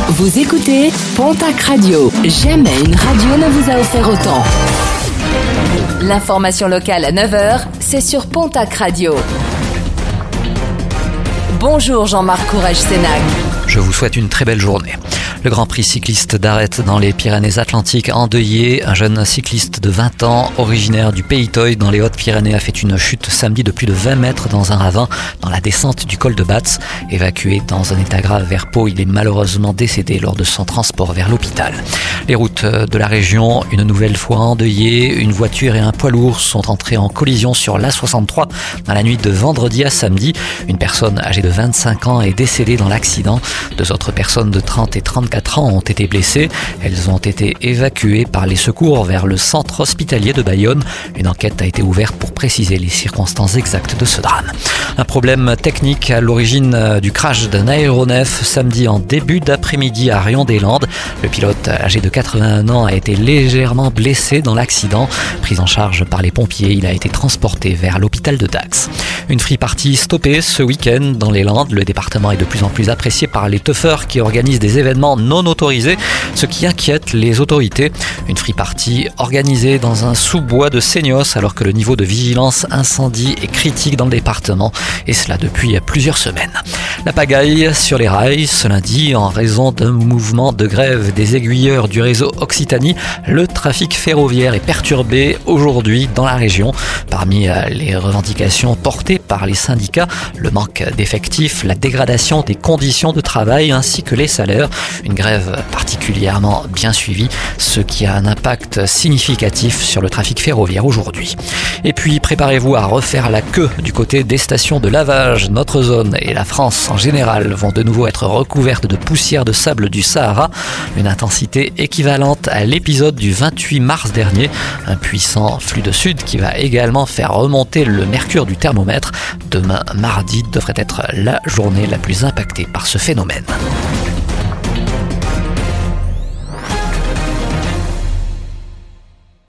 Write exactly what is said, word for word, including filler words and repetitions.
Vous écoutez Pontac Radio. Jamais une radio ne vous a offert autant. L'information locale à neuf heures, c'est sur Pontac Radio. Bonjour Jean-Marc Courage-Sénac. Je vous souhaite une très belle journée. Le Grand Prix cycliste d'Arrête dans les Pyrénées-Atlantiques endeuillé. Un jeune cycliste de vingt ans, originaire du Pays Toy dans les Hautes-Pyrénées, a fait une chute samedi de plus de vingt mètres dans un ravin dans la descente du col de Batz. Évacué dans un état grave vers Pau, il est malheureusement décédé lors de son transport vers l'hôpital. Les routes de la région, une nouvelle fois endeuillées. Une voiture et un poids lourd sont entrés en collision sur l'A soixante-trois dans la nuit de vendredi à samedi. Une personne âgée de vingt-cinq ans est décédée dans l'accident. Deux autres personnes de trente et trente-quatre ans ont été blessées. Elles ont été évacuées par les secours vers le centre hospitalier de Bayonne. Une enquête a été ouverte pour préciser les circonstances exactes de ce drame. Un problème technique à l'origine du crash d'un aéronef samedi en début d'après-midi à Rion-des-Landes. Le pilote âgé de quatre-vingt-un ans a été légèrement blessé dans l'accident. Pris en charge par les pompiers, il a été transporté vers l'hôpital de Dax. Une free party stoppée ce week-end dans les Landes. Le département est de plus en plus apprécié par les teufeurs qui organisent des événements non autorisés, ce qui inquiète les autorités. Une free party organisée dans un sous-bois de Seignos alors que le niveau de vigilance incendie est critique dans le département, et cela depuis plusieurs semaines. La pagaille sur les rails ce lundi en raison d'un mouvement de grève des aiguilleurs du réseau Occitanie. Le trafic ferroviaire est perturbé aujourd'hui dans la région. Parmi les revendications portées par les syndicats, le manque d'effectifs, la dégradation des conditions de travail ainsi que les salaires. Une grève particulièrement bien suivie, ce qui a un impact significatif sur le trafic ferroviaire aujourd'hui. Et puis préparez-vous à refaire la queue du côté des stations de lavage. Notre zone et la France en général vont de nouveau être recouvertes de poussière de sable du Sahara, une intensité équivalente à l'épisode du vingt-huit mars dernier. Un puissant flux de sud qui va également faire remonter le mercure du thermomètre. Demain, mardi, devrait être la journée la plus impactée par ce phénomène.